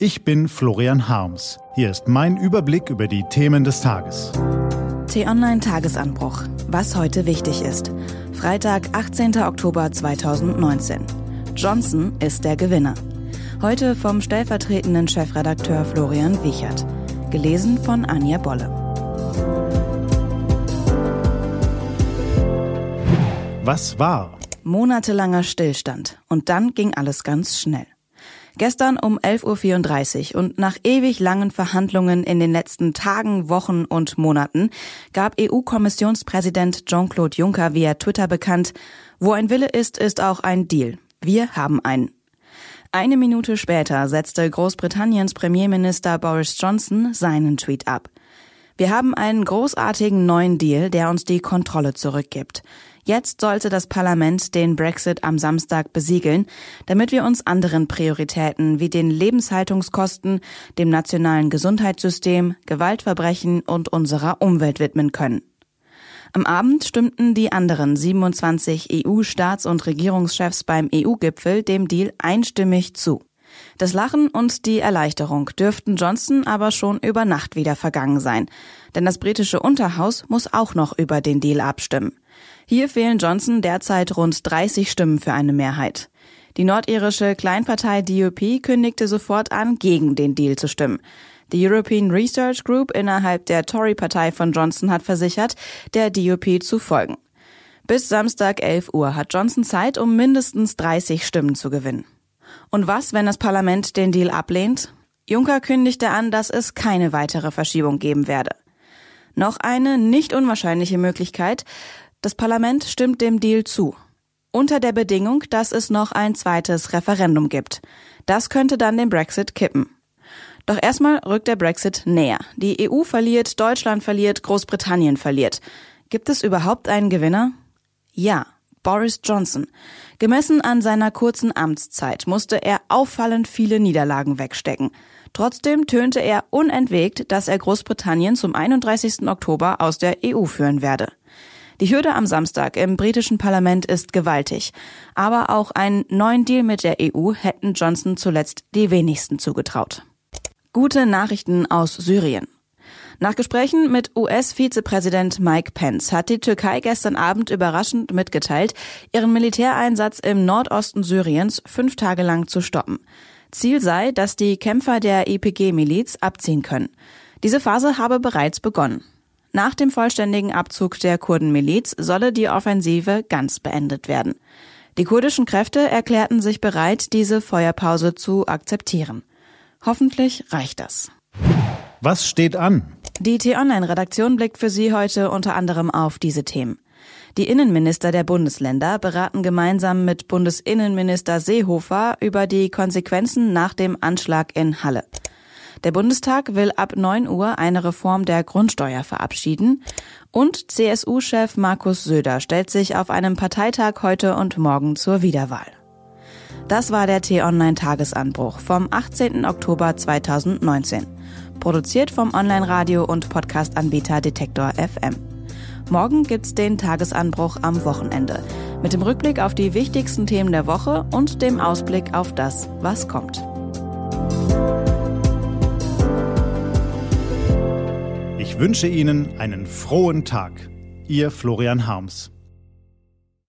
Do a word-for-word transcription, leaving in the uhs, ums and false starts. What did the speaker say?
Ich bin Florian Harms. Hier ist mein Überblick über die Themen des Tages. T-Online-Tagesanbruch. Was heute wichtig ist. Freitag, achtzehnter Oktober zweitausendneunzehn. Johnson ist der Gewinner. Heute vom stellvertretenden Chefredakteur Florian Wiechert. Gelesen von Anja Bolle. Was war? Monatelanger Stillstand. Und dann ging alles ganz schnell. Gestern um elf Uhr vierunddreißig und nach ewig langen Verhandlungen in den letzten Tagen, Wochen und Monaten gab E U-Kommissionspräsident Jean-Claude Juncker via Twitter bekannt, wo ein Wille ist, ist auch ein Deal. Wir haben einen. Eine Minute später setzte Großbritanniens Premierminister Boris Johnson seinen Tweet ab. Wir haben einen großartigen neuen Deal, der uns die Kontrolle zurückgibt. Jetzt sollte das Parlament den Brexit am Samstag besiegeln, damit wir uns anderen Prioritäten wie den Lebenshaltungskosten, dem nationalen Gesundheitssystem, Gewaltverbrechen und unserer Umwelt widmen können. Am Abend stimmten die anderen siebenundzwanzig E U-Staats- und Regierungschefs beim E U-Gipfel dem Deal einstimmig zu. Das Lachen und die Erleichterung dürften Johnson aber schon über Nacht wieder vergangen sein. Denn das britische Unterhaus muss auch noch über den Deal abstimmen. Hier fehlen Johnson derzeit rund dreißig Stimmen für eine Mehrheit. Die nordirische Kleinpartei D U P kündigte sofort an, gegen den Deal zu stimmen. Die European Research Group innerhalb der Tory-Partei von Johnson hat versichert, der D U P zu folgen. Bis Samstag elf Uhr hat Johnson Zeit, um mindestens dreißig Stimmen zu gewinnen. Und was, wenn das Parlament den Deal ablehnt? Juncker kündigte an, dass es keine weitere Verschiebung geben werde. Noch eine nicht unwahrscheinliche Möglichkeit: Das Parlament stimmt dem Deal zu. Unter der Bedingung, dass es noch ein zweites Referendum gibt. Das könnte dann den Brexit kippen. Doch erstmal rückt der Brexit näher. Die E U verliert, Deutschland verliert, Großbritannien verliert. Gibt es überhaupt einen Gewinner? Ja, Boris Johnson. Gemessen an seiner kurzen Amtszeit musste er auffallend viele Niederlagen wegstecken. Trotzdem tönte er unentwegt, dass er Großbritannien zum einunddreißigsten Oktober aus der E U führen werde. Die Hürde am Samstag im britischen Parlament ist gewaltig. Aber auch einen neuen Deal mit der E U hätten Johnson zuletzt die wenigsten zugetraut. Gute Nachrichten aus Syrien. Nach Gesprächen mit U S-Vizepräsident Mike Pence hat die Türkei gestern Abend überraschend mitgeteilt, ihren Militäreinsatz im Nordosten Syriens fünf Tage lang zu stoppen. Ziel sei, dass die Kämpfer der Y P G-Miliz abziehen können. Diese Phase habe bereits begonnen. Nach dem vollständigen Abzug der Kurdenmiliz solle die Offensive ganz beendet werden. Die kurdischen Kräfte erklärten sich bereit, diese Feuerpause zu akzeptieren. Hoffentlich reicht das. Was steht an? Die T-Online-Redaktion blickt für Sie heute unter anderem auf diese Themen. Die Innenminister der Bundesländer beraten gemeinsam mit Bundesinnenminister Seehofer über die Konsequenzen nach dem Anschlag in Halle. Der Bundestag will ab neun Uhr eine Reform der Grundsteuer verabschieden. Und C S U-Chef Markus Söder stellt sich auf einem Parteitag heute und morgen zur Wiederwahl. Das war der T-Online-Tagesanbruch vom achtzehnten Oktober zweitausendneunzehn. Produziert vom Online-Radio- und Podcast-Anbieter Detektor F M. Morgen gibt's den Tagesanbruch am Wochenende. Mit dem Rückblick auf die wichtigsten Themen der Woche und dem Ausblick auf das, was kommt. Ich wünsche Ihnen einen frohen Tag. Ihr Florian Harms.